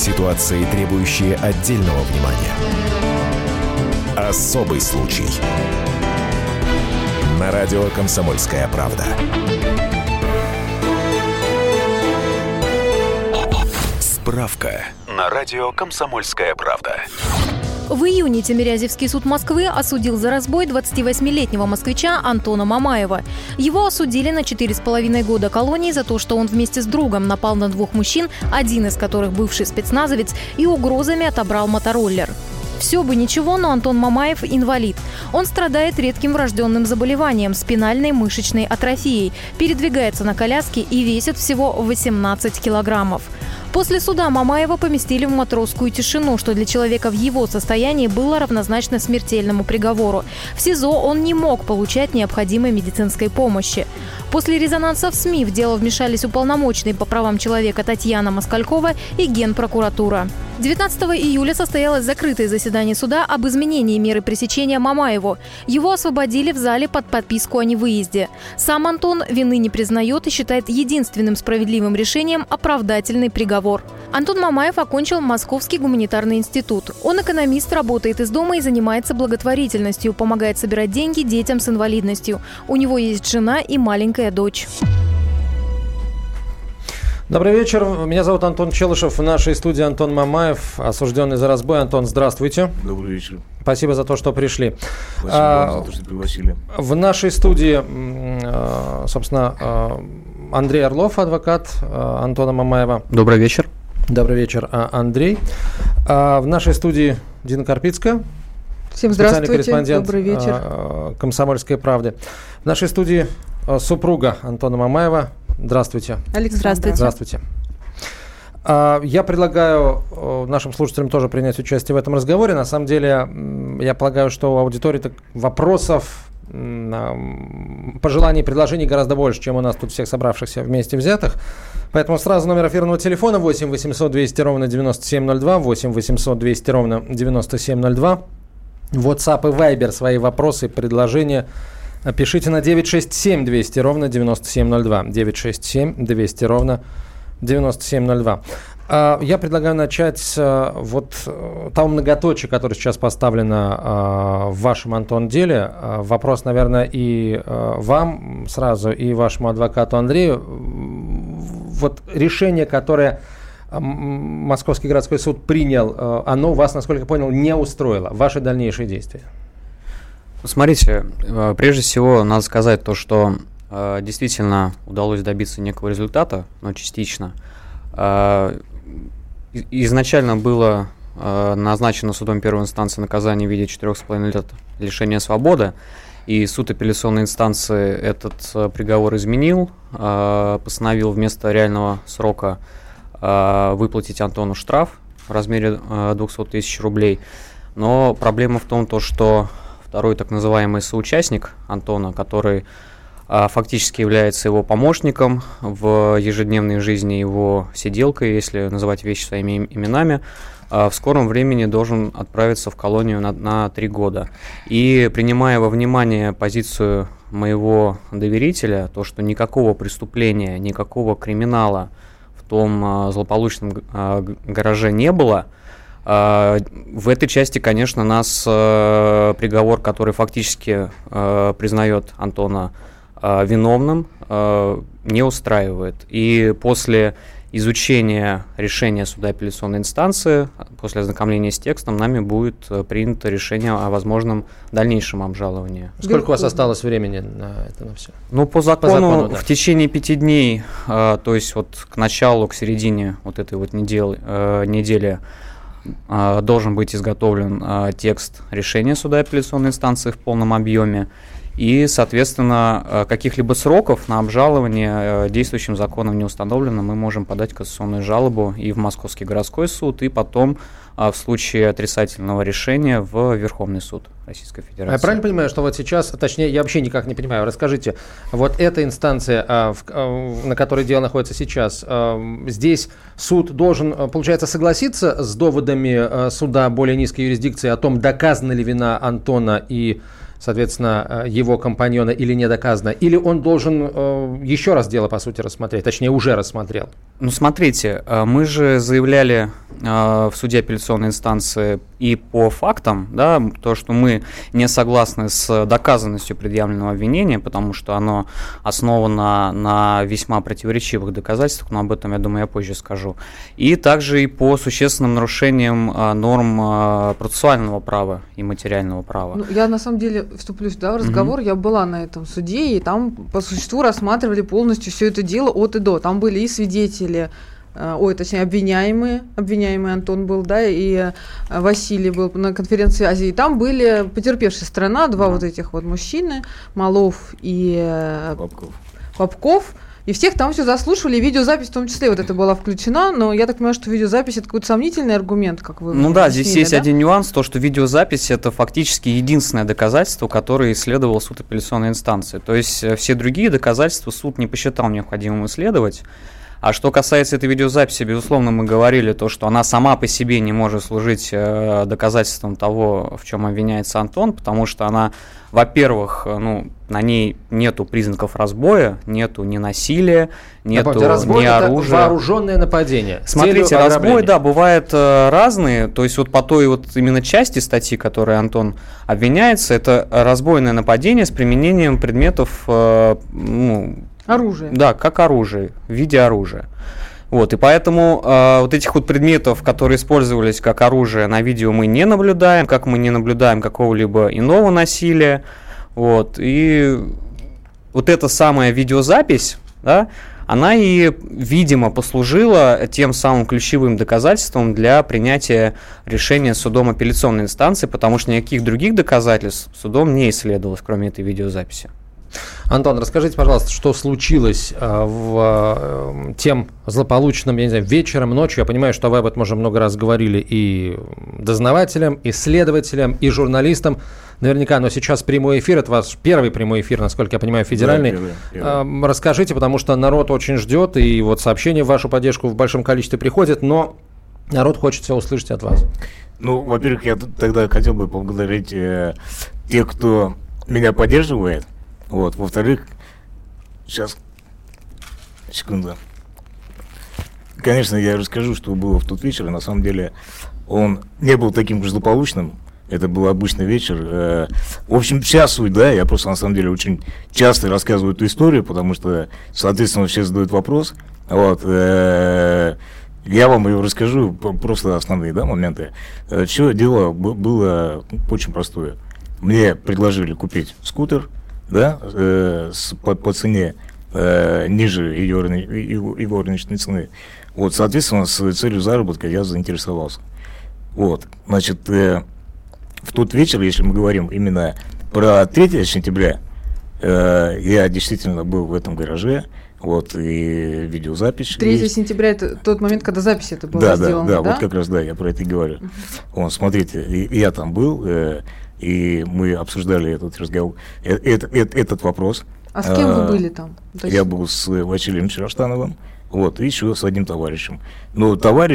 Ситуации, требующие отдельного внимания. Особый случай. На радио «Комсомольская правда». Справка на радио «Комсомольская правда». В июне Тимирязевский суд Москвы осудил за разбой 28-летнего москвича Антона Мамаева. Его осудили на 4,5 года колонии за то, что он вместе с другом напал на двух мужчин, один из которых бывший спецназовец, и угрозами отобрал мотороллер. Все бы ничего, но Антон Мамаев инвалид. Он страдает редким врожденным заболеванием – спинальной мышечной атрофией, передвигается на коляске и весит всего 18 килограммов. После суда Мамаева поместили в матросскую тишину, что для человека в его состоянии было равнозначно смертельному приговору. В СИЗО он не мог получать необходимой медицинской помощи. После резонанса в СМИ в дело вмешались уполномоченные по правам человека Татьяна Москалькова и Генпрокуратура. 19 июля состоялось закрытое заседание суда об изменении меры пресечения Мамаеву. Его освободили в зале под подписку о невыезде. Сам Антон вины не признает и считает единственным справедливым решением оправдательный приговор. Антон Мамаев окончил Московский гуманитарный институт. Он экономист, работает из дома и занимается благотворительностью, помогает собирать деньги детям с инвалидностью. У него есть жена и маленькая дочь. Добрый вечер. Меня зовут Антон Челышев. В нашей студии Антон Мамаев, осужденный за разбой. Антон, здравствуйте. Добрый вечер. Спасибо за то, что пришли. Спасибо вам за то, что пригласили. В нашей студии, собственно, Андрей Орлов, адвокат Антона Мамаева. Добрый вечер. Добрый вечер, Андрей. В нашей студии Дина Карпицкая. Всем здравствуйте. Добрый вечер. «Комсомольской правды». В нашей студии супруга Антона Мамаева. Здравствуйте. Александра. Здравствуйте. Я предлагаю нашим слушателям тоже принять участие в этом разговоре. На самом деле, я полагаю, что у аудитории вопросов, пожеланий, предложений гораздо больше, чем у нас тут всех собравшихся вместе взятых. Поэтому сразу номер эфирного телефона 8 800 200 ровно 9702, 8 800 200 ровно 9702. WhatsApp и Viber свои вопросы, предложения пишите на 967 200 ровно 9702. 967 200 ровно 9702. Я предлагаю начать с вот того многоточия, которое сейчас поставлено в вашем, Антон, деле. Вопрос, наверное, и вам сразу, и вашему адвокату Андрею. Вот решение, которое Московский городской суд принял, оно вас, насколько я понял, не устроило. Ваши дальнейшие действия? Смотрите, прежде всего надо сказать то, что действительно удалось добиться некого результата, но частично. Изначально было назначено судом первой инстанции наказание в виде 4,5 лет лишения свободы, и суд апелляционной инстанции этот приговор изменил, постановил вместо реального срока выплатить Антону штраф в размере 200 тысяч рублей. Но проблема в том, что второй так называемый соучастник Антона, который фактически является его помощником в ежедневной жизни, его сиделкой, если называть вещи своими именами, в скором времени должен отправиться в колонию на 3 года. И принимая во внимание позицию моего доверителя, то, что никакого преступления, никакого криминала в том злополучном гараже не было, в этой части, конечно, нас приговор, который фактически признает Антона виновным, не устраивает. И после изучения решения суда апелляционной инстанции, после ознакомления с текстом, нами будет принято решение о возможном дальнейшем обжаловании. Сколько у вас осталось времени на это, на все? Ну, по закону да. В течение 5 дней, то есть вот к началу, к середине вот этой вот недели должен быть изготовлен текст решения суда апелляционной инстанции в полном объеме. И, соответственно, каких-либо сроков на обжалование действующим законом не установлено. Мы можем подать кассационную жалобу и в Московский городской суд, и потом в случае отрицательного решения в Верховный суд Российской Федерации. Я правильно понимаю, что вот сейчас, точнее, я вообще никак не понимаю, расскажите, вот эта инстанция, на которой дело находится сейчас, здесь суд должен, получается, согласиться с доводами суда более низкой юрисдикции о том, доказана ли вина Антона и соответственно, его компаньона или не доказано? Или он должен еще раз дело, по сути, рассмотреть? Точнее, уже рассмотрел. Ну, смотрите, мы же заявляли в суде апелляционной инстанции и по фактам, да, то, что мы не согласны с доказанностью предъявленного обвинения, потому что оно основано на весьма противоречивых доказательствах, но об этом, я думаю, я позже скажу. И также и по существенным нарушениям норм процессуального права и материального права. Ну, я, на самом деле, вступлю сюда в разговор, я была на этом суде, и там по существу рассматривали полностью все это дело от и до. Там были и свидетели, обвиняемый Антон был, да, и Василий был на конференции Азии. И там были потерпевшая сторона, два вот этих вот мужчины, Малов и Попков. И всех там все заслушивали, и видеозапись в том числе вот это была включена, но я так понимаю, что видеозапись — это какой-то сомнительный аргумент, как вы Ну да, здесь есть один нюанс, то, что видеозапись — это фактически единственное доказательство, которое исследовал суд апелляционной инстанции. То есть все другие доказательства суд не посчитал необходимым исследовать. А что касается этой видеозаписи, безусловно, мы говорили то, что она сама по себе не может служить доказательством того, в чем обвиняется Антон, потому что она, во-первых, на ней нету признаков разбоя, нету ни насилия, нету ни оружия. Это вооруженное нападение. Смотрите, разбой, да, бывает разные, то есть вот по той вот именно части статьи, которой Антон обвиняется, это разбойное нападение с применением предметов, оружие. Да, как оружие, в виде оружия. Вот, и поэтому вот этих вот предметов, которые использовались как оружие, на видео мы не наблюдаем, как мы не наблюдаем какого-либо иного насилия. Вот, и вот эта самая видеозапись, да, она и, видимо, послужила тем самым ключевым доказательством для принятия решения судом апелляционной инстанции, потому что никаких других доказательств судом не исследовалось, кроме этой видеозаписи. Антон, расскажите, пожалуйста, что случилось в тем злополучным, я не знаю, вечером, ночью. Я понимаю, что вы об этом уже много раз говорили и дознавателям, и следователям, и журналистам. Наверняка, но сейчас прямой эфир, это ваш первый прямой эфир, насколько я понимаю, федеральный. Да, первый. Расскажите, потому что народ очень ждет, и вот сообщения в вашу поддержку в большом количестве приходят, но народ хочет все услышать от вас. Ну, во-первых, я тогда хотел бы поблагодарить тех, кто меня поддерживает. Вот, во-вторых, сейчас, секунду. Конечно, я расскажу, что было в тот вечер. На самом деле, он не был таким уж злополучным. Это был обычный вечер. В общем, вся суть, да, я просто, на самом деле, очень часто рассказываю эту историю, потому что, соответственно, все задают вопрос. Вот, я вам ее расскажу, просто основные, да, моменты. Что дело было очень простое. Мне предложили купить скутер, да, по цене ниже его рыночной цены. Вот, соответственно, с целью заработка я заинтересовался. Вот, значит, в тот вечер, если мы говорим именно про 3 сентября, я действительно был в этом гараже, вот, и видеозапись. 3 сентября — это тот момент, когда запись это была сделана, да? Да, вот как раз, да, я про это и говорю. Вот, смотрите, я там был, и мы обсуждали этот разговор, этот вопрос. А с кем вы были там? Я был с Василием Чараштановым, вот, и еще с одним товарищем. Но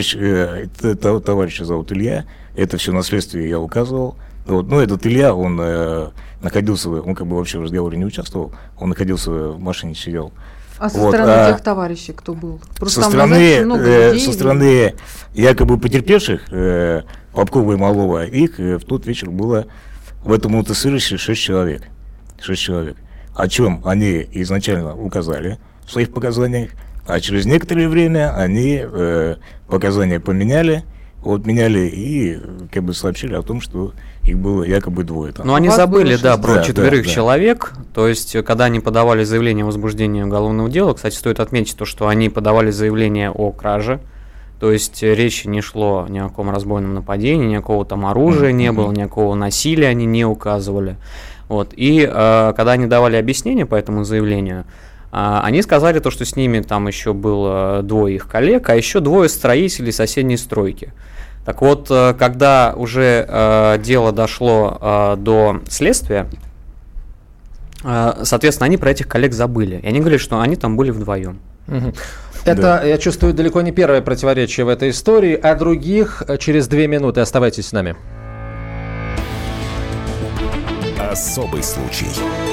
товарища зовут Илья, это все на следствии я указывал. Вот, но этот Илья, он находился, он как бы вообще в разговоре не участвовал, он находился в машине, сидел. А со стороны тех товарищей кто был? Просто со стороны якобы потерпевших, Попкова и Малова, их в тот вечер было в этом мотосырище 6 человек. 6 человек. О чем они изначально указали в своих показаниях, а через некоторое время они показания поменяли, меняли и как бы сообщили о том, что их было якобы 2. Но они забыли, да, про 4 человек. То есть, когда они подавали заявление о возбуждении уголовного дела, кстати, стоит отметить то, что они подавали заявление о краже. То есть речи не шло ни о каком разбойном нападении, никакого там оружия не было, никакого насилия они не указывали. Вот. И когда они давали объяснение по этому заявлению, они сказали то, что с ними там еще было 2 их коллег, а еще 2 строителей соседней стройки. Так вот, когда уже дело дошло до следствия, соответственно, они про этих коллег забыли. И они говорили, что они там были вдвоем. Это, я чувствую, далеко не первое противоречие в этой истории. О других через 2 минуты. Оставайтесь с нами. Особый случай.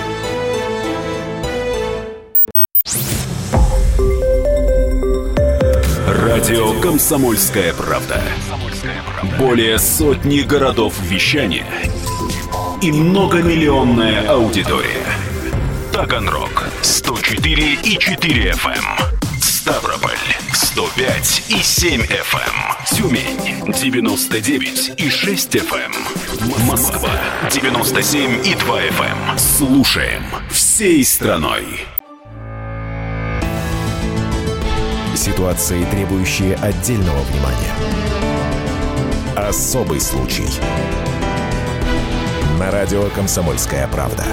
Радио «Комсомольская правда». Более сотни городов вещания и многомиллионная аудитория. Таганрог 104,4 FM. Ставрополь 105,7 FM. Тюмень 99,6 FM. Москва 97,2 FM. Слушаем всей страной. Ситуации, требующие отдельного внимания. Особый случай. На радио «Комсомольская правда».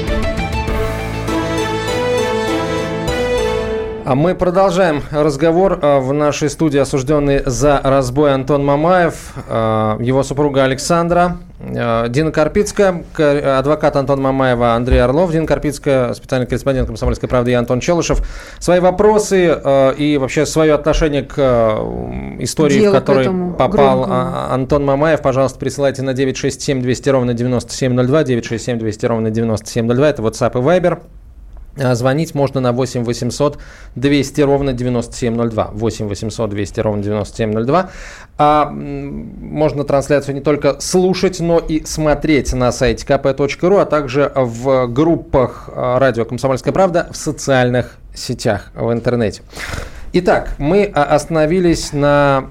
А мы продолжаем разговор. В нашей студии осужденный за разбой Антон Мамаев, его супруга Александра, Дина Карпицкая, адвокат Антона Мамаева Андрей Орлов, Дина Карпицкая, специальный корреспондент «Комсомольской правды» и Антон Челышев. Свои вопросы и вообще свое отношение к истории, в которой попал Антон Мамаев, пожалуйста, присылайте на 967 200 ровно 9702, 967 200 ровно 9702, это WhatsApp и Viber. Звонить можно на 8 800 200 ровно 9702. 8 800 200 ровно 9702. Можно трансляцию не только слушать, но и смотреть на сайте kp.ru, а также в группах радио «Комсомольская правда» в социальных сетях в интернете. Итак, мы остановились на...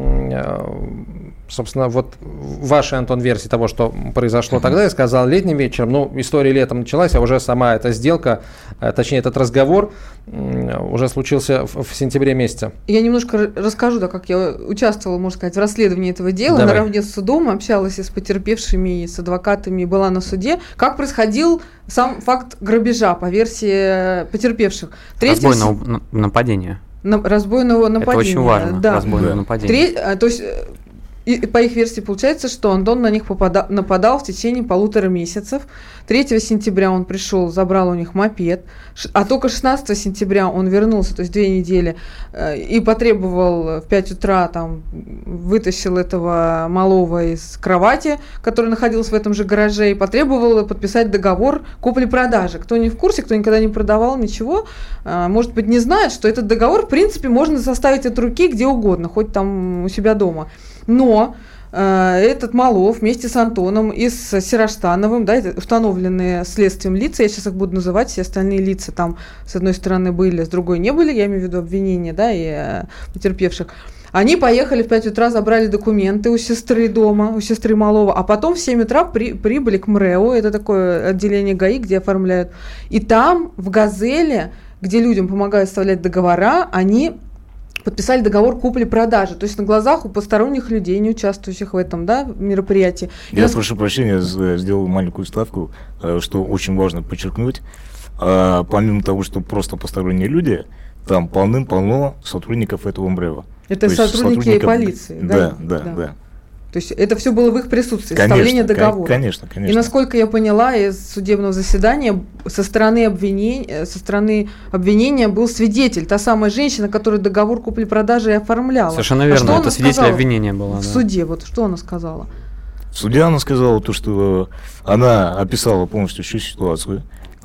Собственно, вот ваша, Антон, версия того, что произошло тогда, я сказал летним вечером, история летом началась, а уже сама эта сделка, точнее, этот разговор уже случился в сентябре месяце. Я немножко расскажу, как я участвовала, можно сказать, в расследовании этого дела. Давай. Наравне с судом общалась и с потерпевшими, и с адвокатами, была на суде. Как происходил сам факт грабежа по версии потерпевших? Разбойного нападения. Разбойного нападения. Это очень важно, да. Разбойное нападение. То есть... И по их версии получается, что Антон на них нападал в течение 1,5 месяцев. 3 сентября он пришел, забрал у них мопед, а только 16 сентября он вернулся, то есть 2 недели, и потребовал в 5 утра, вытащил этого малого из кровати, который находился в этом же гараже, и потребовал подписать договор купли-продажи. Кто не в курсе, кто никогда не продавал ничего, может быть, не знает, что этот договор, в принципе, можно составить от руки где угодно, хоть там у себя дома. Но этот Малов вместе с Антоном и с Сероштановым, это установленные следствием лица, я сейчас их буду называть, все остальные лица там с одной стороны были, с другой не были, я имею в виду обвинения, и потерпевших. Они поехали в 5 утра, забрали документы у сестры дома, у сестры Малова, а потом в 7 утра прибыли к МРЭО, это такое отделение ГАИ, где оформляют. И там, в «Газели», где людям помогают составлять договора, они подписали договор купли-продажи, то есть на глазах у посторонних людей, не участвующих в этом мероприятии. Прошу прощения, сделал маленькую ставку, что очень важно подчеркнуть. Помимо того, что просто посторонние люди, там полным-полно сотрудников этого МРЭО. Это сотрудники полиции, да? Да. То есть это все было в их присутствии, составление договора. Конечно. И насколько я поняла из судебного заседания, со стороны обвинения был свидетель, та самая женщина, которая договор купли-продажи и оформляла. Совершенно верно, это свидетель обвинения была. В суде, что она сказала? В суде она сказала то, что она описала полностью всю ситуацию.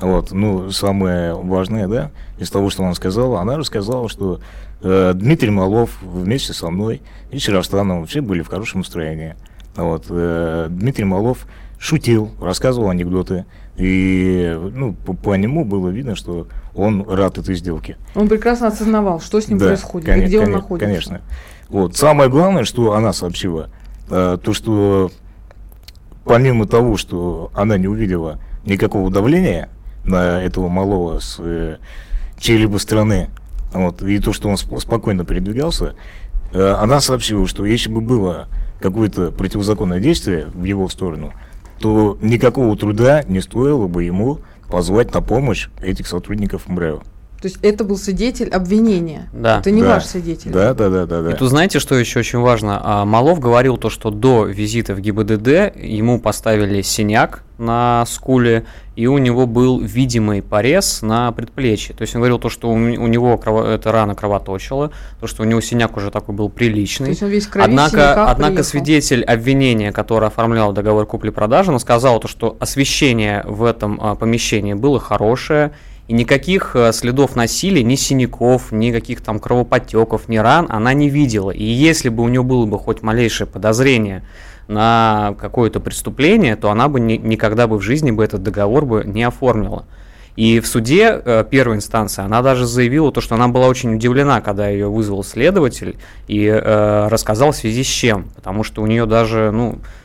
Самое важное, из того, что она сказала, она рассказала, что Дмитрий Малов вместе со мной и Сероштановым все были в хорошем настроении. Дмитрий Малов шутил, рассказывал анекдоты, и по нему было видно, что он рад этой сделке. Он прекрасно осознавал, что с ним происходит, и где он находится. Конечно. Самое главное, что она сообщила, то, что помимо того, что она не увидела никакого давления на этого малого с чьей-либо стороны, и то, что он спокойно передвигался, она сообщила, что если бы было какое-то противозаконное действие в его сторону, то никакого труда не стоило бы ему позвать на помощь этих сотрудников МРЭО. То есть это был свидетель обвинения. Да. Это не Да. ваш свидетель. Да. И тут знаете, что еще очень важно? Малов говорил то, что до визита в ГИБДД ему поставили синяк на скуле, и у него был видимый порез на предплечье. То есть он говорил то, что у него эта рана кровоточила, то, что у него синяк уже такой был приличный. То есть он весь в крови, в синяках Однако приехал. свидетель обвинения, который оформлял договор купли-продажи, он сказал то, что освещение в этом помещении было хорошее, и никаких следов насилия, ни синяков, никаких там кровоподтеков, ни ран она не видела. И если бы у нее было бы хоть малейшее подозрение на какое-то преступление, то она бы никогда бы в жизни бы этот договор бы не оформила. И в суде первой инстанции она даже заявила, то, что она была очень удивлена, когда ее вызвал следователь и рассказал в связи с чем. Потому что у нее даже,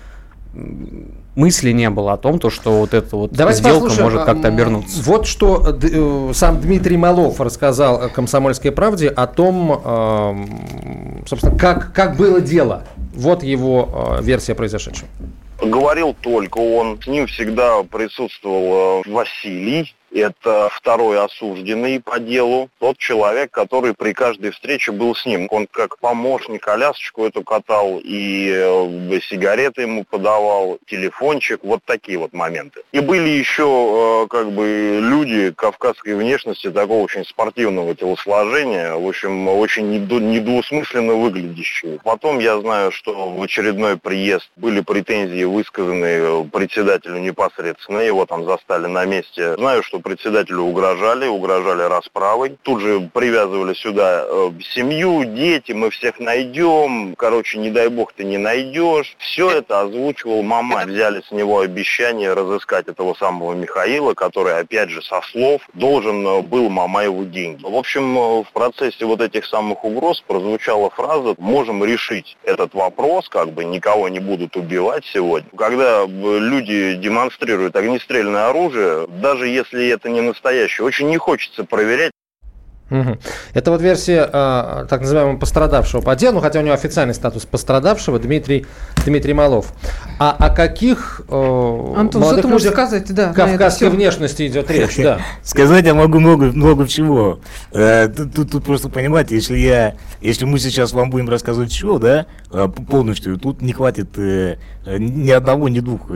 мысли не было о том, что вот эта вот Давайте сделка послушаем, может как-то обернуться. Вот что сам Дмитрий Малов рассказал «Комсомольской правде» о том, собственно, как было дело. Вот его версия произошедшего. Говорил только он. С ним всегда присутствовал Василий. Это второй осужденный по делу. Тот человек, который при каждой встрече был с ним. Он как помощник колясочку эту катал и сигареты ему подавал, телефончик, вот такие вот моменты. И были еще люди кавказской внешности, такого очень спортивного телосложения, в общем, очень недвусмысленно выглядящие. Потом я знаю, что в очередной приезд были претензии высказаны председателю непосредственно, его там застали на месте. Знаю, что председателю угрожали расправой. Тут же привязывали сюда семью, дети, мы всех найдем. Короче, не дай бог ты не найдешь. Все это озвучивал Мамай. Взяли с него обещание разыскать этого самого Михаила, который, опять же, со слов, должен был Мамаеву деньги. В общем, в процессе вот этих самых угроз прозвучала фраза: можем решить этот вопрос, никого не будут убивать сегодня. Когда люди демонстрируют огнестрельное оружие, даже если это не настоящее, очень не хочется проверять. Угу. Это вот версия так называемого пострадавшего по делу, хотя у него официальный статус пострадавшего, Дмитрий Малов. А о каких Антон, что ты можешь сказать, кавказской внешности идет речь? Да. Сказать я могу много чего. Тут просто понимаете, если мы сейчас вам будем рассказывать все, полностью, тут не хватит ни одного, ни двух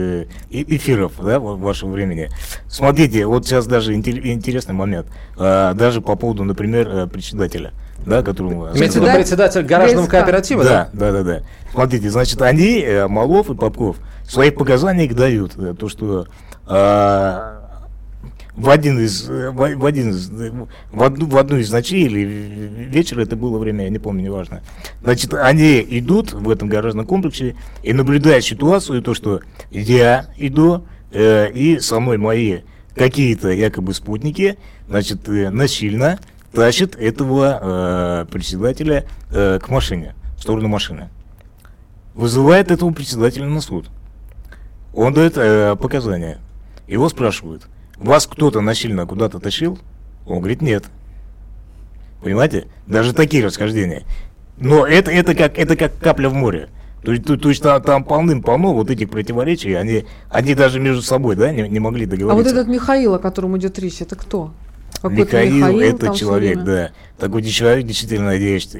эфиров, вашего времени. Смотрите, вот сейчас даже интересный момент. Даже по поводу, например, председателя, которому... Имеется в виду председатель гаражного кооператива, да? Смотрите, значит, они, Малов и Попков, в своих показаниях дают то, что в одну из ночей или вечера, это было время, я не помню, неважно. Значит, они идут в этом гаражном комплексе и наблюдают ситуацию, то, что я иду, и со мной мои какие-то якобы спутники, значит, насильно тащат этого председателя к машине, в сторону машины. Вызывает этого председателя на суд. Он дает показания. Его спрашивают: вас кто-то насильно куда-то тащил? Он говорит: нет. Понимаете? Даже такие расхождения. Но это как капля в море. То есть там полным-полно вот этих противоречий, они даже между собой, не могли договориться. А вот этот Михаил, о котором идет речь, это кто? Михаил это человек, да. Такой человек действительно есть.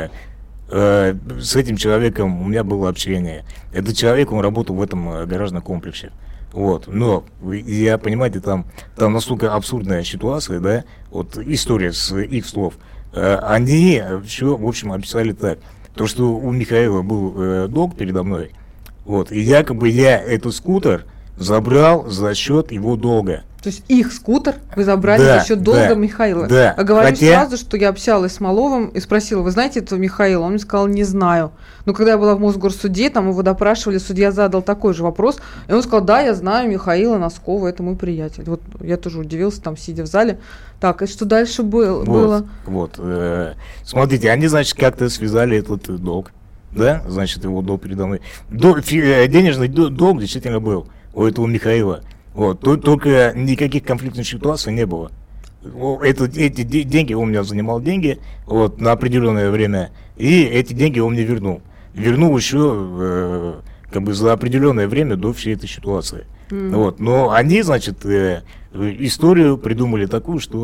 С этим человеком у меня было общение. Этот человек, он работал в этом гаражном комплексе. Вот. Но, понимаете, там настолько абсурдная ситуация, вот история с их слов. Они все, в общем, описали так. То, что у Михаила был долг передо мной, вот, и якобы я этот скутер забрал за счет его долга. То есть их скутер вы забрали за счет долга Михаила. Да. А говорю сразу, что я общалась с Маловым и спросила: вы знаете этого Михаила? Он мне сказал: не знаю. Но когда я была в Мосгорсуде, там его допрашивали, судья задал такой же вопрос, и он сказал: да, я знаю Михаила Носкова, это мой приятель. Вот я тоже удивился, там, сидя в зале. Так, и что дальше было? Вот, смотрите, они, значит, как-то связали этот долг, значит, его долг передо мной. Денежный долг действительно был у этого Михаила. Вот, только никаких конфликтных ситуаций не было. Эти деньги, он у меня занимал деньги на определенное время, и эти деньги он мне вернул. Вернул еще за определенное время до всей этой ситуации. Вот, но они, значит, историю придумали такую, что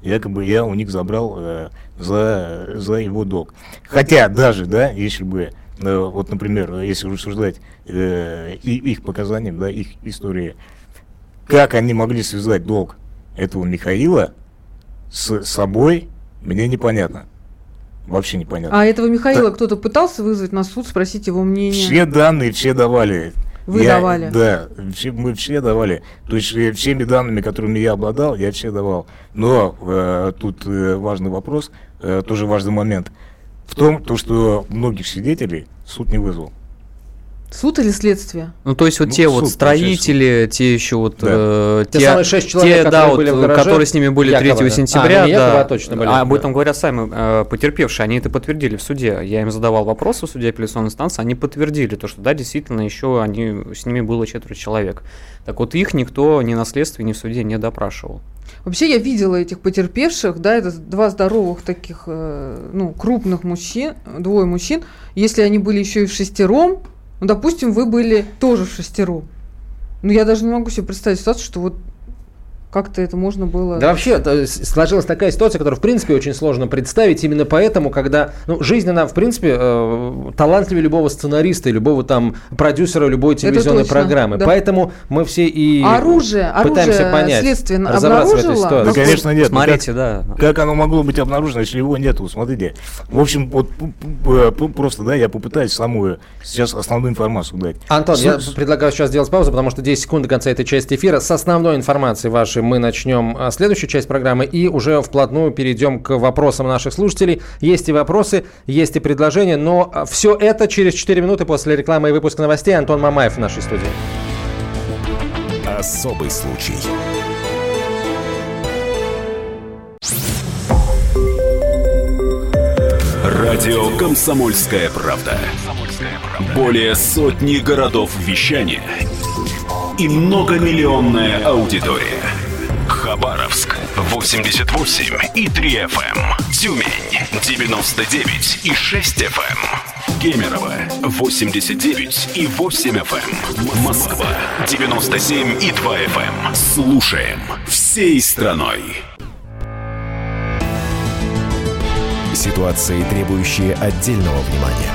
якобы я у них забрал за его долг. Хотя даже, да, если бы, вот, например, если рассуждать их показаниям, да, их истории, как они могли связать долг этого Михаила с собой, мне непонятно. Вообще непонятно. А этого Михаила кто-то пытался вызвать на суд, спросить его мнение? Все данные, все давали. Вы давали? Да, мы все давали. То есть всеми данными, которыми я обладал, я все давал. Но тут важный вопрос, тоже важный момент в том, что многих свидетелей суд не вызвал. Суд или следствие? Ну, то есть вот те вот строители, те еще вот... Те самые 6 человек, которые были в гараже, которые с ними были 3 якобы, сентября. Якобы, точно были. Об этом говорят сами потерпевшие, они это подтвердили в суде. Я им задавал вопросы в суде апелляционной инстанции, они подтвердили то, что да, действительно, еще с ними было 4 человек. Так вот, их никто ни на следствии, ни в суде не допрашивал. Вообще я видела этих потерпевших, да, это 2 здоровых таких, крупных мужчин, 2 мужчин. Если они были еще и в 6, ну, допустим, вы были тоже в 6. Ну, я даже не могу себе представить ситуацию, что вот как-то это можно было... Да вообще, сложилась такая ситуация, которую, в принципе, очень сложно представить. Именно поэтому, когда... жизнь, она, в принципе, талантливее любого сценариста, любого там продюсера, любой телевизионной программы. Да. Поэтому мы все и пытаемся понять, следствие разобраться в этой ситуации. Да, конечно, нет. Смотрите, да. Как оно могло быть обнаружено, если его нету? Смотрите. В общем, вот просто, да, я попытаюсь самую сейчас основную информацию дать. Антон, я предлагаю сейчас сделать паузу, потому что 10 секунд до конца этой части эфира. С основной информацией вашей мы начнем следующую часть программы и уже вплотную перейдем к вопросам наших слушателей. Есть и вопросы, есть и предложения, но все это через 4 минуты после рекламы и выпуска новостей. Антон Мамаев в нашей студии. Особый случай. Радио «Комсомольская правда». Более сотни городов вещания и многомиллионная аудитория. Хабаровск 88,3 FM, Тюмень 99,6 FM, Кемерово 89,8 FM, Москва 97,2 FM. Слушаем всей страной. Ситуации, требующие отдельного внимания.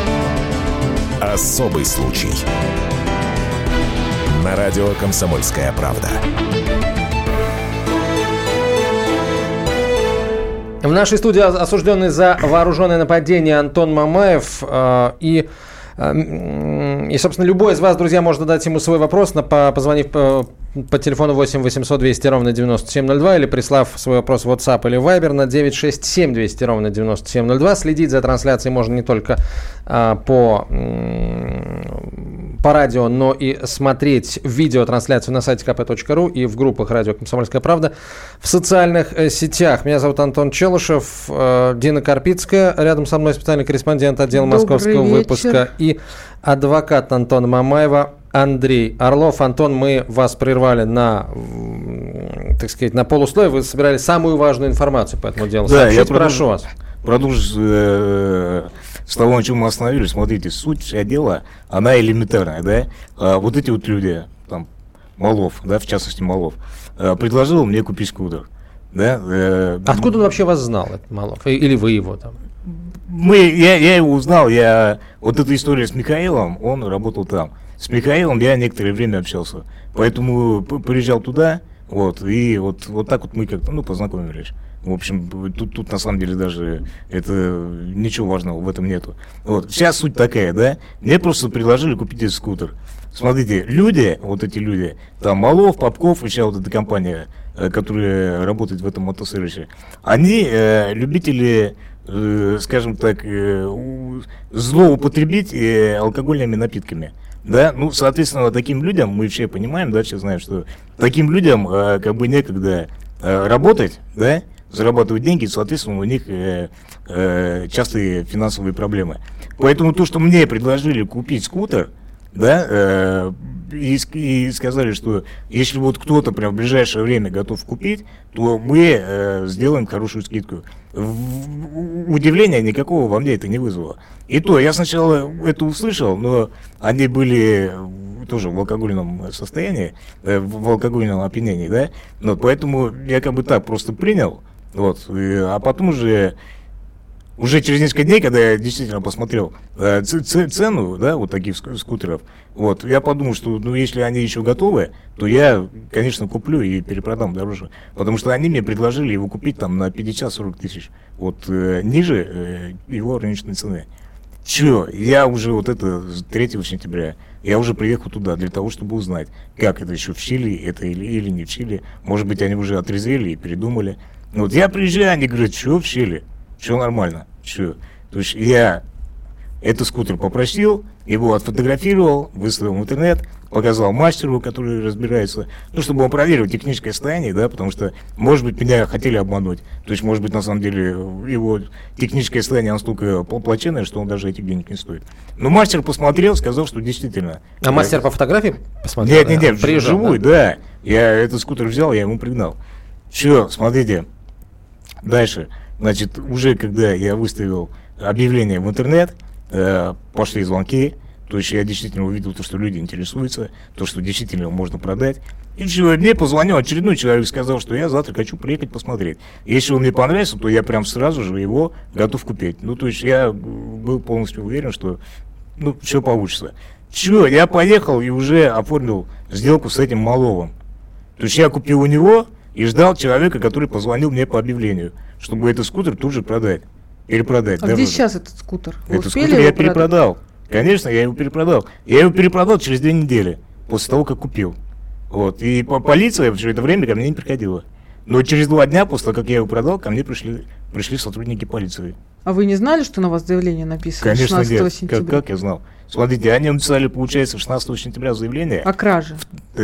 Особый случай. На радио «Комсомольская правда». В нашей студии осужденный за вооруженное нападение Антон Мамаев. И, собственно, любой из вас, друзья, может задать ему свой вопрос, позвонив по телефону 8 800 200 ровно 9702 или прислав свой вопрос в WhatsApp или Viber на 967 200 ровно 9702. Следить за трансляцией можно не только по радио, но и смотреть видеотрансляцию на сайте kp.ru и в группах «Радио Комсомольская правда» в социальных сетях. Меня зовут Антон Челышев, Дина Карпицкая, рядом со мной специальный корреспондент отдела московского выпуска и адвокат Антона Мамаева Андрей Орлов. Антон, мы вас прервали на, так сказать, на полусловие. Вы собирали самую важную информацию по этому делу. Да, я прошу вас. Продолжу с того, на чем мы остановились. Смотрите, суть дела, она элементарная, да. Вот эти вот люди, там, Малов, да, в частности Малов, предложил мне купить скутер. Да. Откуда он вообще вас знал, этот Малов? Или вы его там? Я его узнал, вот эта история с Михаилом, он работал там. С Михаилом я некоторое время общался, поэтому приезжал туда, и вот так вот мы как-то, познакомились. В общем, тут на самом деле даже ничего важного в этом нету. Вся суть такая, да, мне просто предложили купить этот скутер. Смотрите, вот эти люди, там Малов, Попков и вся вот эта компания, которая работает в этом мотосервисе, они любители, скажем так, злоупотребить алкогольными напитками. Да, соответственно, таким людям, мы все понимаем, да, все знаем, что таким людям как бы некогда работать, да, зарабатывать деньги, соответственно, у них частые финансовые проблемы. Поэтому то, что мне предложили купить скутер, да, и сказали, что если вот кто-то прям в ближайшее время готов купить, то мы сделаем хорошую скидку. Удивления никакого во мне это не вызвало. И то, я сначала это услышал, но они были тоже в алкогольном состоянии, в алкогольном опьянении, да, поэтому я как бы так просто принял, Вот. А потом уже через несколько дней, когда я действительно посмотрел цену, да, вот таких скутеров, вот, я подумал, что, ну, если они еще готовы, то я, конечно, куплю и перепродам дороже. Потому что они мне предложили его купить там на 50-40 тысяч. Вот, ниже его рыночной цены. Че, я уже вот это 3 сентября, я уже приехал туда для того, чтобы узнать, как это еще в Чили, это или не в Чили. Может быть, они уже отрезвели и передумали. Вот я приезжаю, они говорят, что в Чили? Все нормально, все. То есть я этот скутер попросил, его отфотографировал, выставил в интернет, показал мастеру, который разбирается, ну, чтобы он проверил техническое состояние, да, потому что, может быть, меня хотели обмануть. То есть, может быть, на самом деле, его техническое состояние настолько плачевное, что он даже этих денег не стоит. Но мастер посмотрел, сказал, что действительно... А мастер по фотографии посмотрел? Нет, вживую, да. Я этот скутер взял, я ему пригнал. Все, смотрите, дальше. Значит, уже когда я выставил объявление в интернет, пошли звонки, то есть я действительно увидел то, что люди интересуются, то, что действительно можно продать. И все, мне позвонил очередной человек, сказал, что я завтра хочу приехать посмотреть. Если он мне понравится, то я прям сразу же его готов купить. Ну, то есть я был полностью уверен, что, ну, все получится. Все, я поехал и уже оформил сделку с этим Маловым. То есть я купил у него и ждал человека, который позвонил мне по объявлению, чтобы этот скутер тут же перепродать. А где сейчас этот скутер? Вы этот успели скутер его я перепродал. Конечно, я его перепродал. Я его перепродал через 2 недели после того, как купил. Вот. И полиция все это время ко мне не приходила. Но через 2 дня после того, как я его продал, ко мне пришли сотрудники полиции. А вы не знали, что на вас заявление написано? Конечно, 16 нет. сентября? Как я знал? Смотрите, они написали, получается, 16 сентября заявление. О краже?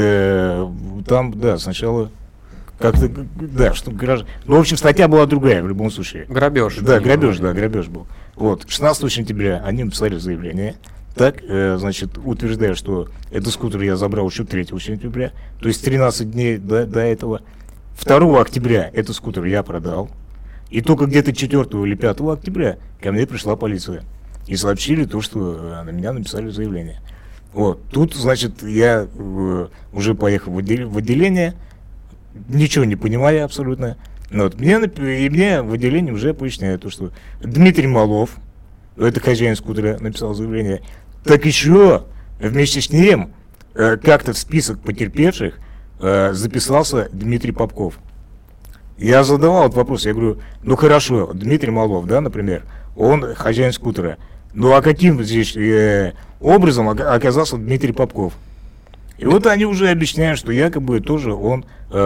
Там, да, сначала... Как-то, да, что грабеж. Ну, в общем, статья была другая, в любом случае. Грабеж. Да, грабеж был. Вот, 16 сентября они написали заявление. Так, значит, утверждая, что этот скутер я забрал еще 3 сентября, то есть 13 дней до этого. 2 октября этот скутер я продал. И только где-то 4 или 5 октября ко мне пришла полиция. И сообщили то, что на меня написали заявление. Вот, тут, значит, я уже поехал в отделение, ничего не понимая абсолютно. Вот. Мне в отделении уже поясняют, то, что Дмитрий Малов, это хозяин скутера, написал заявление, так еще вместе с ним как-то в список потерпевших записался Дмитрий Попков. Я задавал этот вопрос, я говорю, ну хорошо, Дмитрий Малов, да, например, он хозяин скутера, ну а каким здесь образом оказался Дмитрий Попков? И вот они уже объясняют, что якобы тоже он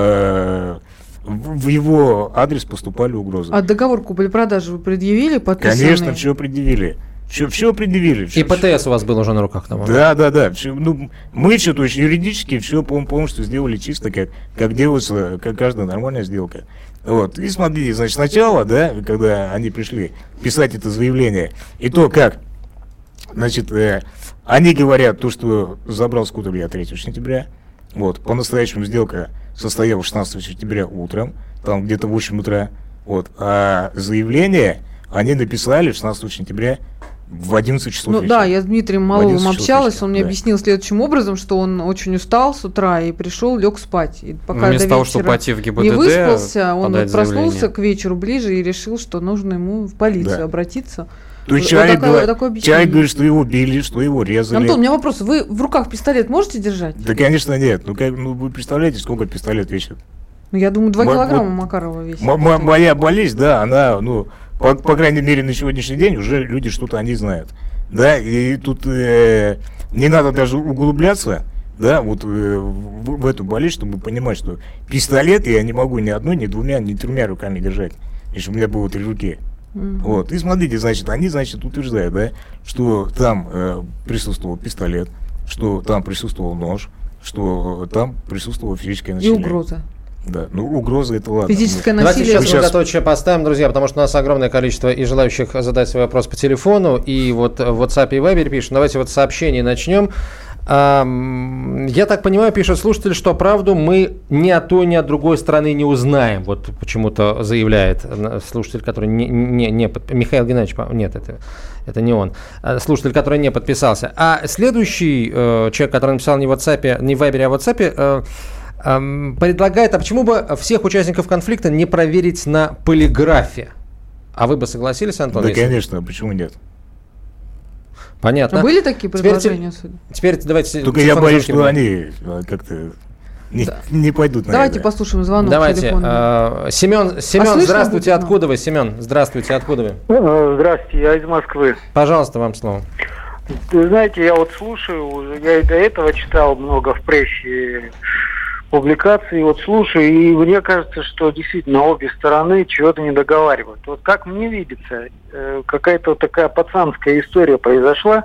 в его адрес поступали угрозы. А договор купли-продажи вы предъявили, подписанный? Конечно, все предъявили. Все предъявили. И ПТС у вас был уже на руках там? Да. Ну, мы все, то есть юридически все полностью сделали чисто, как делается, как каждая нормальная сделка. Вот. И смотрите, значит, сначала, да, когда они пришли писать это заявление, и то как, значит, они говорят, то, что забрал скутер я 3 сентября, вот, по-настоящему сделка состоялась 16 сентября утром, там где-то в 8 утра, вот, а заявление они написали 16 сентября в 11 часов вечера. Да, я с Дмитрием Маловым общалась, он мне объяснил следующим образом, что он очень устал с утра и пришел, лег спать. И пока вместо того, чтобы пойти в ГИБДД, не выспался, он вот проснулся заявление к вечеру ближе и решил, что нужно ему в полицию обратиться. То есть человек говорит, что его били, что его резали. Антон, у меня вопрос. Вы в руках пистолет можете держать? Да, конечно, нет. Ну вы представляете, сколько пистолет весит? Ну, я думаю, 2 килограмма Макарова весит. Моя болезнь, да, она, ну, по крайней мере, на сегодняшний день уже люди что-то они знают. Да, и тут не надо даже углубляться, да, вот в эту болезнь, чтобы понимать, что пистолет я не могу ни одной, ни 2, ни 3 руками держать, если у меня было 3 руки. Вот, и смотрите, значит, они, утверждают, да, что там присутствовал пистолет, что там присутствовал нож, что там присутствовало физическое насилие. И угроза. Да, ну угроза это ладно. Физическое насилие. Давайте сейчас многоточие поставим, друзья, потому что у нас огромное количество и желающих задать свой вопрос по телефону, и вот в WhatsApp и Viber пишут. Давайте вот сообщение начнем. Я так понимаю, пишет слушатель, что правду мы ни от той, ни от другой стороны не узнаем. Вот почему-то заявляет слушатель, который Михаил Геннадьевич, нет, это не он. Слушатель, который не подписался. А следующий человек, который написал не в WhatsApp, не в Viber, а в WhatsApp, предлагает, а почему бы всех участников конфликта не проверить на полиграфе? А вы бы согласились, Антон? Да, конечно, почему нет? Понятно. Были такие предложения? Теперь давайте... Только я боюсь, что они как-то не пойдут на Давайте это. послушаем звонок. Давайте. Семен, здравствуйте. будет, Откуда вы, Семен? Здравствуйте, откуда вы? Здравствуйте, я из Москвы. Пожалуйста, вам слово. Вы знаете, я вот слушаю уже, я и до этого читал много в прессе публикаций, вот слушаю, и мне кажется, что действительно обе стороны чего-то не договаривают. Вот как мне видится, какая-то вот такая пацанская история произошла.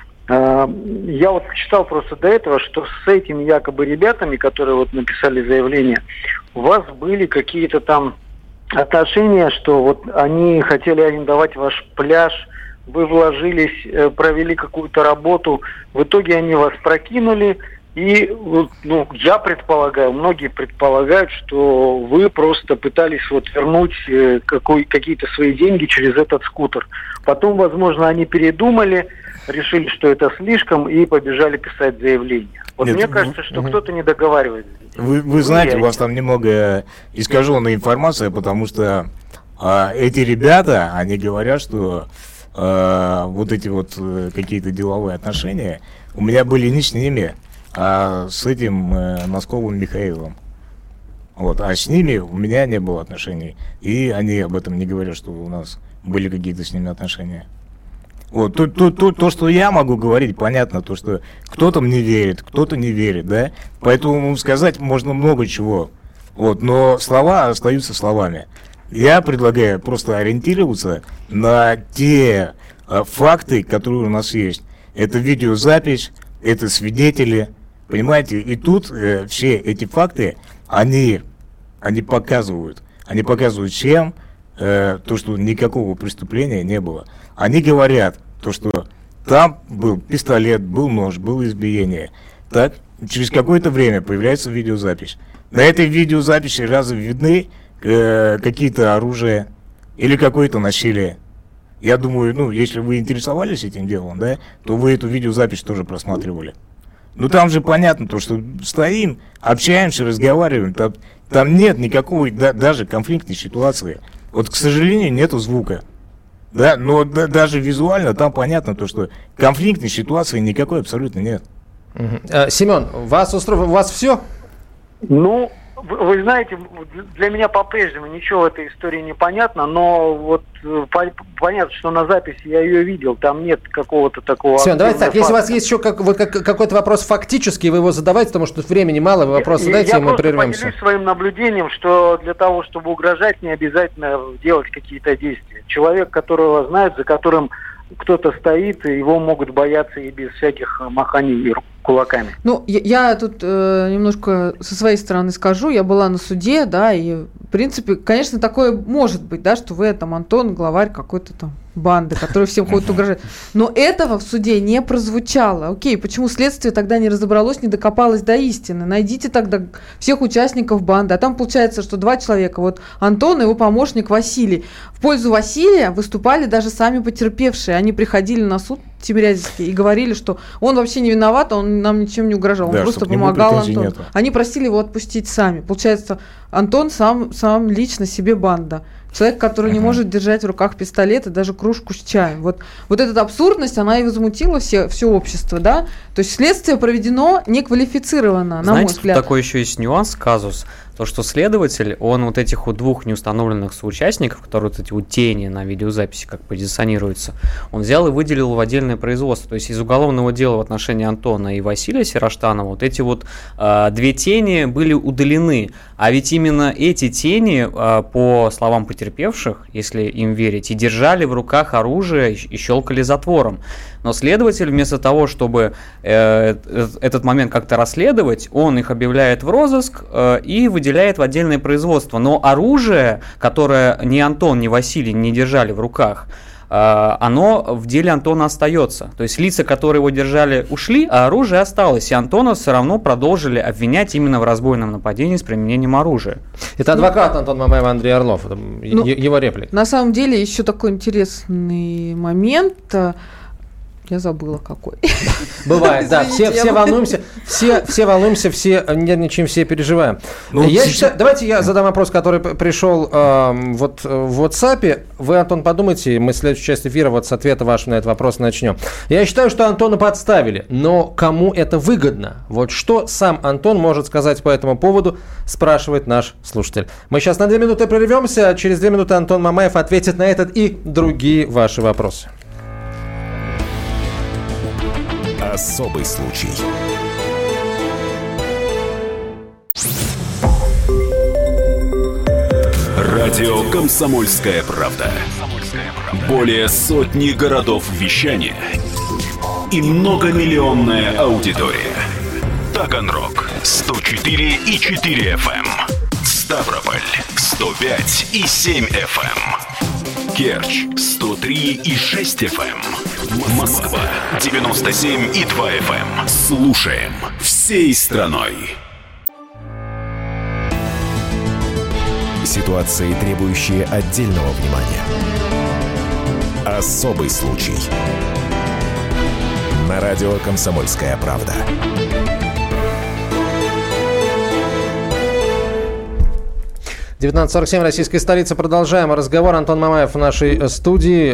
Я вот читал просто до этого, что с этими якобы ребятами, которые вот написали заявление, у вас были какие-то там отношения, что вот они хотели арендовать ваш пляж, вы вложились, провели какую-то работу, в итоге они вас прокинули, и я предполагаю, многие предполагают, что вы просто пытались вот вернуть какие-то свои деньги через этот скутер. Потом, возможно, они передумали, решили, что это слишком, и побежали писать заявление. Вот Нет, мне кажется, что кто-то не договаривает. Вы знаете, у вас там немного искаженная информация, потому что эти ребята, они говорят, что вот эти вот какие-то деловые отношения у меня были не с ними, а с этим Носковым Михаилом. Вот. А с ними у меня не было отношений. И они об этом не говорят, что у нас были какие-то с ними отношения. Вот. То, что я могу говорить, понятно, то, что кто-то мне верит, кто-то не верит, да. Поэтому сказать можно много чего. Вот. Но слова остаются словами. Я предлагаю просто ориентироваться на те факты, которые у нас есть. Это видеозапись, это свидетели, понимаете? И тут все эти факты, они показывают. Они показывают чем? То, что никакого преступления не было. Они говорят, то, что там был пистолет, был нож, было избиение. Так, через какое-то время появляется видеозапись. На этой видеозаписи разве видны какие-то оружия или какое-то насилие? Я думаю, если вы интересовались этим делом, да, то вы эту видеозапись тоже просматривали. Ну там же понятно то, что стоим, общаемся, разговариваем, там нет никакой даже конфликтной ситуации. Вот, к сожалению, нету звука. Да, но даже визуально там понятно то, что конфликтной ситуации никакой абсолютно нет. Семен, вас все? Ну, вы знаете, для меня по-прежнему ничего в этой истории не понятно, но вот понятно, что на записи я ее видел, там нет какого-то такого... Семен, давайте так, если у вас есть еще какой-то вопрос фактический, вы его задавайте, потому что времени мало, вы вопрос задайте, и мы прервемся. Я поделюсь своим наблюдением, что для того, чтобы угрожать, не обязательно делать какие-то действия. Человек, которого знают, за которым кто-то стоит, и его могут бояться и без всяких маханий кулаками. Ну, я тут немножко со своей стороны скажу. Я была на суде, да, и, в принципе, конечно, такое может быть, да, что вы, там, Антон, главарь какой-то там банды, который всем ходит угрожать. Но этого в суде не прозвучало. Окей, почему следствие тогда не разобралось, не докопалось до истины? Найдите тогда всех участников банды. А там получается, что 2 человека. Вот Антон и его помощник Василий. В пользу Василия выступали даже сами потерпевшие. Они приходили на суд Тимирязевский и говорили, что он вообще не виноват, он нам ничем не угрожал, он просто помогал Антону. Нету. Они просили его отпустить сами. Получается, Антон сам лично себе банда. Человек, который не может держать в руках пистолет и даже кружку с чаем. Вот эта абсурдность, она и возмутила все общество, да? То есть следствие проведено неквалифицированно, на мой взгляд. Знаете, такой еще есть нюанс, казус. То, что следователь, он вот этих вот 2 неустановленных соучастников, которые вот эти вот тени на видеозаписи как позиционируются, он взял и выделил в отдельное производство. То есть из уголовного дела в отношении Антона и Василия Сироштанова вот эти вот 2 тени были удалены. А ведь именно эти тени, по словам потерпевших, если им верить, и держали в руках оружие и щелкали затвором. Но следователь вместо того, чтобы этот момент как-то расследовать, он их объявляет в розыск и выделяет в отдельное производство. Но оружие, которое ни Антон, ни Василий не держали в руках, оно в деле Антона остается. То есть лица, которые его держали, ушли, а оружие осталось. И Антона все равно продолжили обвинять именно в разбойном нападении с применением оружия. Это адвокат Антон Мамаев, Андрей Орлов. Его реплика. На самом деле еще такой интересный момент. Я забыла, какой. Бывает, да. Все волнуемся, все волнуемся, все нервничаем, все переживаем. Давайте я задам вопрос, который пришел вот в WhatsApp. Вы, Антон, подумайте, мы следующую часть эфира вот с ответа вашего на этот вопрос начнем. Я считаю, что Антона подставили, но кому это выгодно? Вот что сам Антон может сказать по этому поводу, спрашивает наш слушатель. Мы сейчас на 2 минуты прервемся, через 2 минуты Антон Мамаев ответит на этот и другие ваши вопросы. Особый случай. Радио «Комсомольская правда». Более сотни городов вещания и многомиллионная аудитория. Таганрог 104,4 FM, Ставрополь 105,7 FM, Керчь 103,6 FM, Москва 97,2 FM. Слушаем всей страной. Ситуации, требующие отдельного внимания. Особый случай. На радио «Комсомольская правда». — 19:47, российская столица. Продолжаем разговор. Антон Мамаев в нашей студии.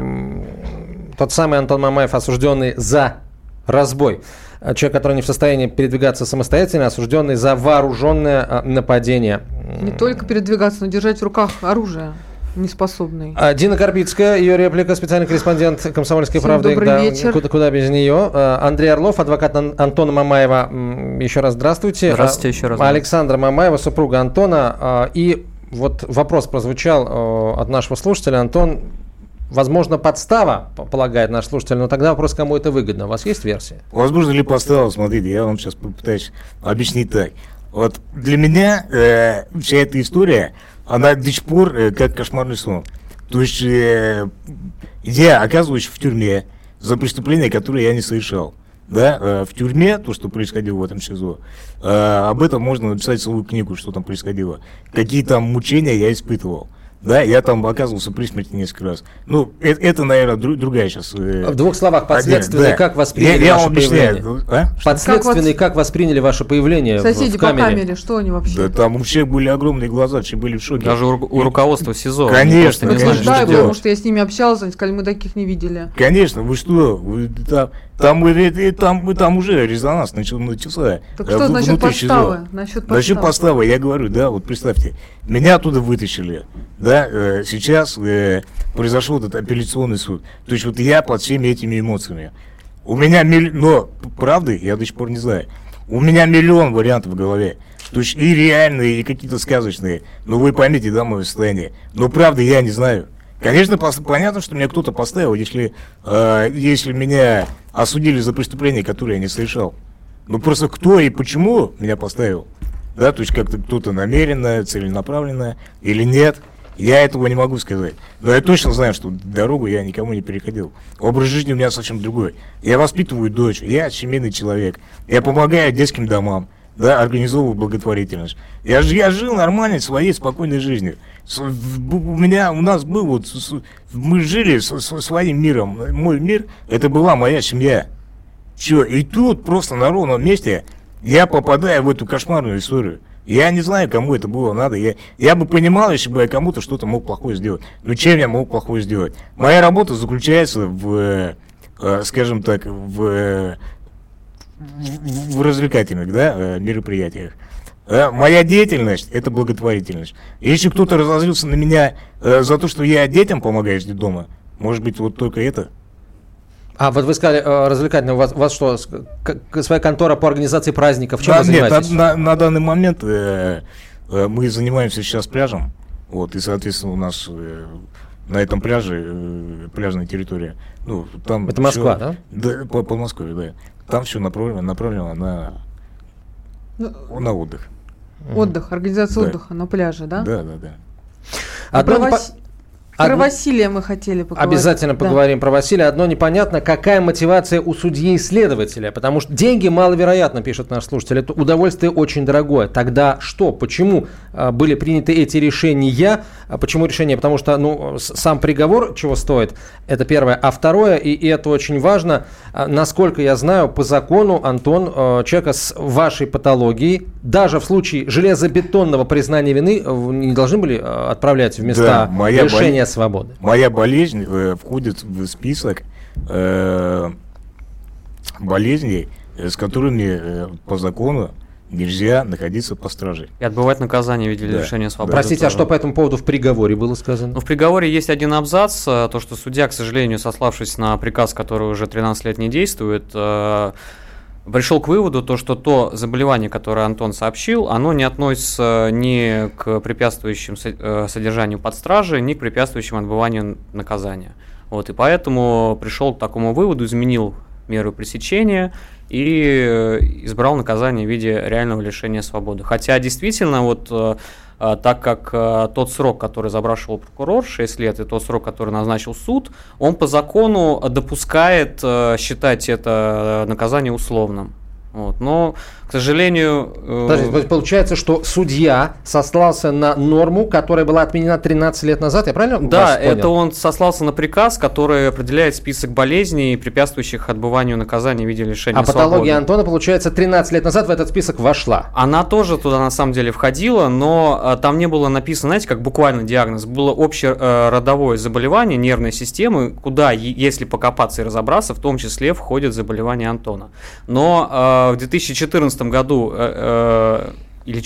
Тот самый Антон Мамаев, осужденный за разбой. Человек, который не в состоянии передвигаться самостоятельно, осужденный за вооруженное нападение. Не только передвигаться, но держать в руках оружие. Неспособный. Дина Карпицкая, ее реплика, специальный корреспондент «Комсомольской правды». Добрый вечер. Куда без нее. Андрей Орлов, адвокат Антона Мамаева. Еще раз здравствуйте. Здравствуйте еще раз. Александра Мамаева, супруга Антона. И вот вопрос прозвучал от нашего слушателя. Антон, возможно, подстава, полагает наш слушатель, но тогда вопрос, кому это выгодно. У вас есть версия? Возможно ли подстава? Смотрите, я вам сейчас попытаюсь объяснить так. Вот для меня вся эта история, она до сих пор как кошмарный сон. То есть я оказываюсь в тюрьме за преступление, которое я не совершал. Да, в тюрьме, то, что происходило в этом СИЗО, об этом можно написать целую книгу, что там происходило. Какие там мучения я испытывал. Да, я там оказывался при смерти несколько раз. Ну, это наверное, другая сейчас... В двух словах, подследственные, как восприняли ваше появление? Подследственные, как восприняли ваше появление соседи в камере? По камере, что они вообще? Да, там у всех были огромные глаза, все были в шоке. Даже у руководства СИЗО. Конечно. Подтверждаю, потому что я с ними общалась, они сказали, мы таких не видели. Конечно, вы что? Там уже резонанс начался. Так что насчет подставы? Насчет подставы, я говорю, да, вот представьте, меня оттуда вытащили, да, сейчас произошел этот апелляционный суд. То есть вот я под всеми этими эмоциями. У меня но правды я до сих пор не знаю. У меня миллион вариантов в голове. То есть и реальные, и какие-то сказочные. Но вы поймите, да, мое состояние. Но правды я не знаю. Конечно, понятно, что меня кто-то поставил, если меня осудили за преступление, которое я не совершал. Но просто кто и почему меня поставил, да, то есть как-то кто-то намеренно, целенаправленно или нет, я этого не могу сказать. Но я точно знаю, что дорогу я никому не переходил. Образ жизни у меня совсем другой. Я воспитываю дочь, я семейный человек, я помогаю детским домам, да, организовываю благотворительность. Я жил нормальной своей спокойной жизнью. У нас был вот, мы жили своим миром. Мой мир, это была моя семья. Все, и тут просто на ровном месте я попадаю в эту кошмарную историю. Я не знаю, кому это было надо. Я бы понимал, если бы я кому-то что-то мог плохое сделать. Но чем я мог плохое сделать? Моя работа заключается в, скажем так, в развлекательных, да, мероприятиях. Моя деятельность – это благотворительность. Если кто-то разозлился на меня за то, что я детям помогаю с детдома, может быть, вот только это? А вот вы сказали развлекательно, у вас что, своя контора по организации праздников, чем вы занимаетесь? Нет, на данный момент мы занимаемся сейчас пляжем, вот, и, соответственно, у нас на этом пляже, пляжная территория, ну, там... Это Москва, да? Да, по Москве, да. Там все направлено на отдых. Отдых, организация отдыха на пляже, да? Да. Про Василия мы хотели поговорить. Обязательно поговорим про Василия. Одно непонятно, какая мотивация у судьи и следователя, потому что деньги маловероятно, пишет наш слушатель, это удовольствие очень дорогое. Тогда что? Почему были приняты эти решения? Почему решения? Потому что сам приговор чего стоит, это первое. А второе, и это очень важно, насколько я знаю, по закону, Антон, человека с вашей патологией, даже в случае железобетонного признания вины не должны были отправлять в места лишения свободы. Моя болезнь входит в список болезней, с которыми по закону нельзя находиться под стражей. И отбывать наказание в виде лишения свободы. Простите, а что по этому поводу в приговоре было сказано? В приговоре есть один абзац, то, что судья, к сожалению, сославшись на приказ, который уже 13 лет не действует, пришел к выводу, что то заболевание, которое Антон сообщил, оно не относится ни к препятствующим содержанию под стражей, ни к препятствующим отбыванию наказания. И поэтому пришел к такому выводу, изменил меру пресечения и избрал наказание в виде реального лишения свободы. Хотя действительно, так как тот срок, который запрашивал прокурор, 6 лет, и тот срок, который назначил суд, он по закону допускает считать это наказание условным. Но, к сожалению... Получается, что судья сослался на норму, которая была отменена 13 лет назад, я правильно вас понял? Это он сослался на приказ, который определяет список болезней, препятствующих отбыванию наказания в виде лишения свободы. А патология Антона, получается, 13 лет назад в этот список вошла? Она тоже туда на самом деле входила, но там не было написано, знаете, как буквально диагноз. Было общеродовое заболевание нервной системы, куда, если покопаться и разобраться, в том числе входит заболевание Антона. Но в 2014 году или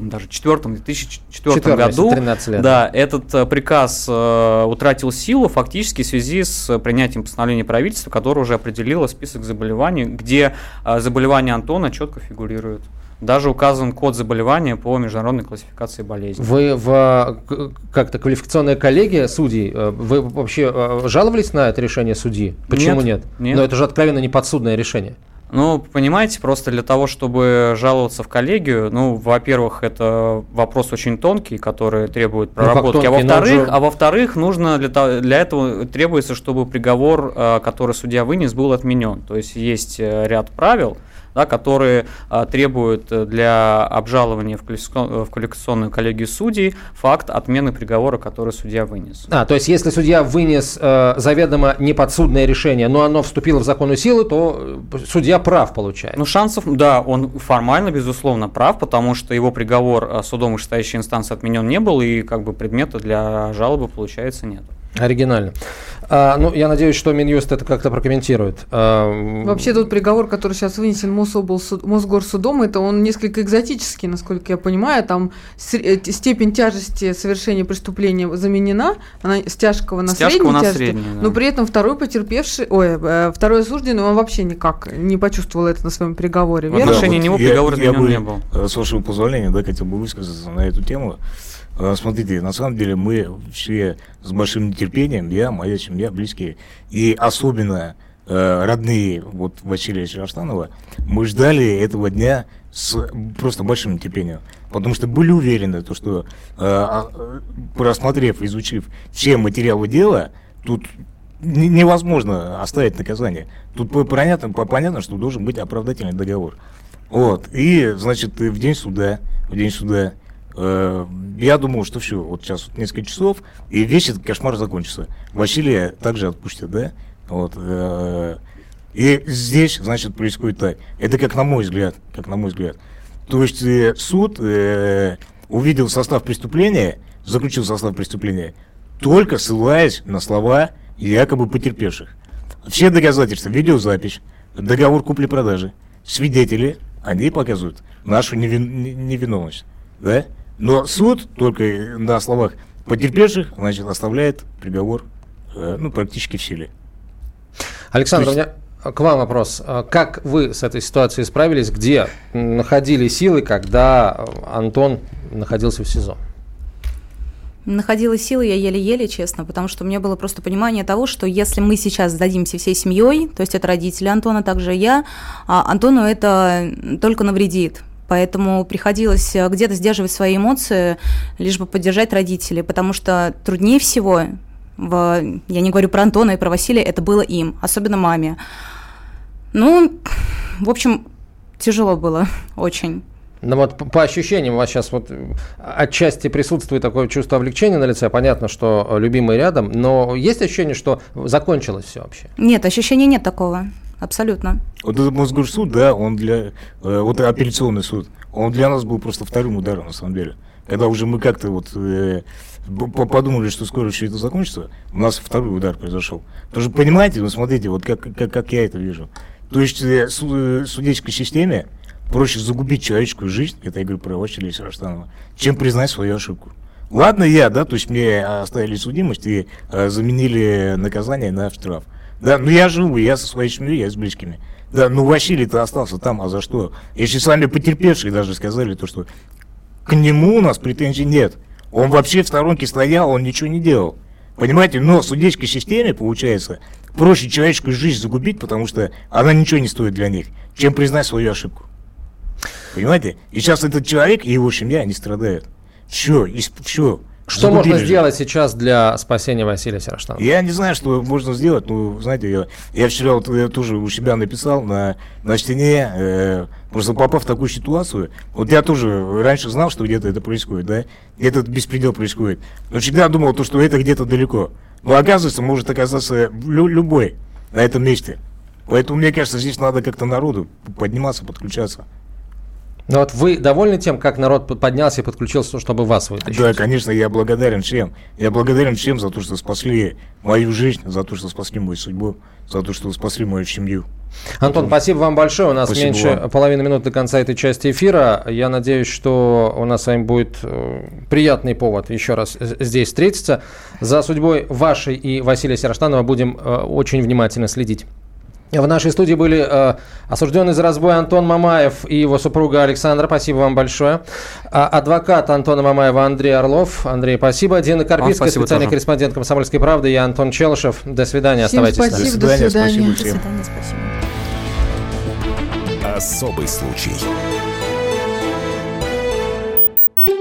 2004 году, этот приказ утратил силу фактически в связи с принятием постановления правительства, которое уже определило список заболеваний, где заболевание Антона четко фигурирует. Даже указан код заболевания по международной классификации болезней. Вы как-то квалификационная коллегия судей, вы вообще жаловались на это решение судьи? Почему нет? Но это же откровенно неподсудное решение. Понимаете, просто для того, чтобы жаловаться в коллегию, во-первых, это вопрос очень тонкий, который требует проработки, а во-вторых, нужно для этого требуется, чтобы приговор, который судья вынес, был отменен. То есть есть ряд правил, которые требуют для обжалования в квалификационную коллегию судей факт отмены приговора, который судья вынес. То есть если судья вынес заведомо неподсудное решение, но оно вступило в законную силу, то судья прав, получается. Шансов, он формально, безусловно, прав, потому что его приговор судом вышестоящей инстанции отменен не был, и предмета для жалобы, получается, нет. Оригинально. Я надеюсь, что Минюст это как-то прокомментирует. Вообще тот приговор, который сейчас вынесен Мосгорсудом, это он несколько экзотический, насколько я понимаю. Там степень тяжести совершения преступления заменена, она с тяжкого на средней тяжести, но при этом второй осужденный, он вообще никак не почувствовал это на своем приговоре. В отношении него приговор изменен не был. С вашего позволения, хотел бы высказаться на эту тему. Смотрите, на самом деле мы все с большим нетерпением, моя семья, близкие, и особенно родные Василия Шерштанова, мы ждали этого дня с просто большим нетерпением, потому что были уверены, что просмотрев, изучив все материалы дела, тут невозможно оставить наказание. Тут понятно, что должен быть оправдательный договор. И, значит, в день суда, я думал, что все, сейчас несколько часов, и весь этот кошмар закончится. Василия также отпустят, И здесь, значит, происходит так. Это как на мой взгляд. То есть суд увидел состав преступления, заключил состав преступления, только ссылаясь на слова якобы потерпевших. Все доказательства, видеозапись, договор купли-продажи, свидетели, они показывают нашу невиновность, Но суд только на словах потерпевших, значит, оставляет приговор практически в силе. Александр, у меня к вам вопрос. Как вы с этой ситуацией справились? Где находили силы, когда Антон находился в СИЗО? Находила силы я еле-еле, честно, потому что у меня было просто понимание того, что если мы сейчас сдадимся всей семьей, то есть это родители Антона, также я, Антону это только навредит. Поэтому приходилось где-то сдерживать свои эмоции, лишь бы поддержать родителей, потому что труднее всего я не говорю про Антона и про Василия, это было им, особенно маме. Ну, в общем, тяжело было очень. Ну вот по ощущениям у вас сейчас вот отчасти присутствует такое чувство облегчения на лице. Понятно, что любимый рядом, но есть ощущение, что закончилось все вообще? Нет, ощущения нет такого. Абсолютно. Вот этот Мосгорсуд, да, он для... вот апелляционный суд, он для нас был просто вторым ударом, на самом деле. Когда уже мы как-то вот подумали, что скоро все это закончится, у нас второй удар произошел. Потому что, понимаете, вы смотрите, вот как я это вижу. То есть в судейской системе проще загубить человеческую жизнь, это я говорю про Василия Сараштанова, чем признать свою ошибку. Ладно то есть мне оставили судимость и заменили наказание на штраф. Да, ну я живу, я со своей семьей, я с близкими. Да, ну Василий-то остался там, а за что? Если сами потерпевшие даже сказали то, что к нему у нас претензий нет. Он вообще в сторонке стоял, он ничего не делал. Понимаете, но в судейской системе, получается, проще человеческую жизнь загубить, потому что она ничего не стоит для них, чем признать свою ошибку. Понимаете? И сейчас этот человек и его семья, они страдают. Что можно сделать сейчас для спасения Василия Сараштанова? Я не знаю, что можно сделать. Ну, знаете, я вчера вот я тоже у себя написал на стене, просто попав в такую ситуацию. Вот я тоже раньше знал, что где-то это происходит, да? Где-то этот беспредел происходит. Но всегда думал, что это где-то далеко. Но оказывается, может оказаться любой на этом месте. Поэтому, мне кажется, здесь надо как-то народу подниматься, подключаться. Ну вот вы довольны тем, как народ поднялся и подключился, чтобы вас вытащить? Да, конечно, я благодарен всем. Я благодарен всем за то, что спасли мою жизнь, за то, что спасли мою судьбу, за то, что спасли мою семью. Антон, спасибо вам большое. У нас меньше половины минуты до конца этой части эфира. Я надеюсь, что у нас с вами будет приятный повод еще раз здесь встретиться. За судьбой вашей и Василия Сараштанова будем очень внимательно следить. В нашей студии были осужденный за разбой Антон Мамаев и его супруга Александра. Спасибо вам большое. Адвокат Антона Мамаева Андрей Орлов. Андрей, спасибо. Дина Карпицкая, специальный корреспондент «Комсомольской правды». Я Антон Челышев. До свидания. Всем оставайтесь спасибо, с нами. До свидания. Спасибо всем. До свидания, спасибо. Особый случай.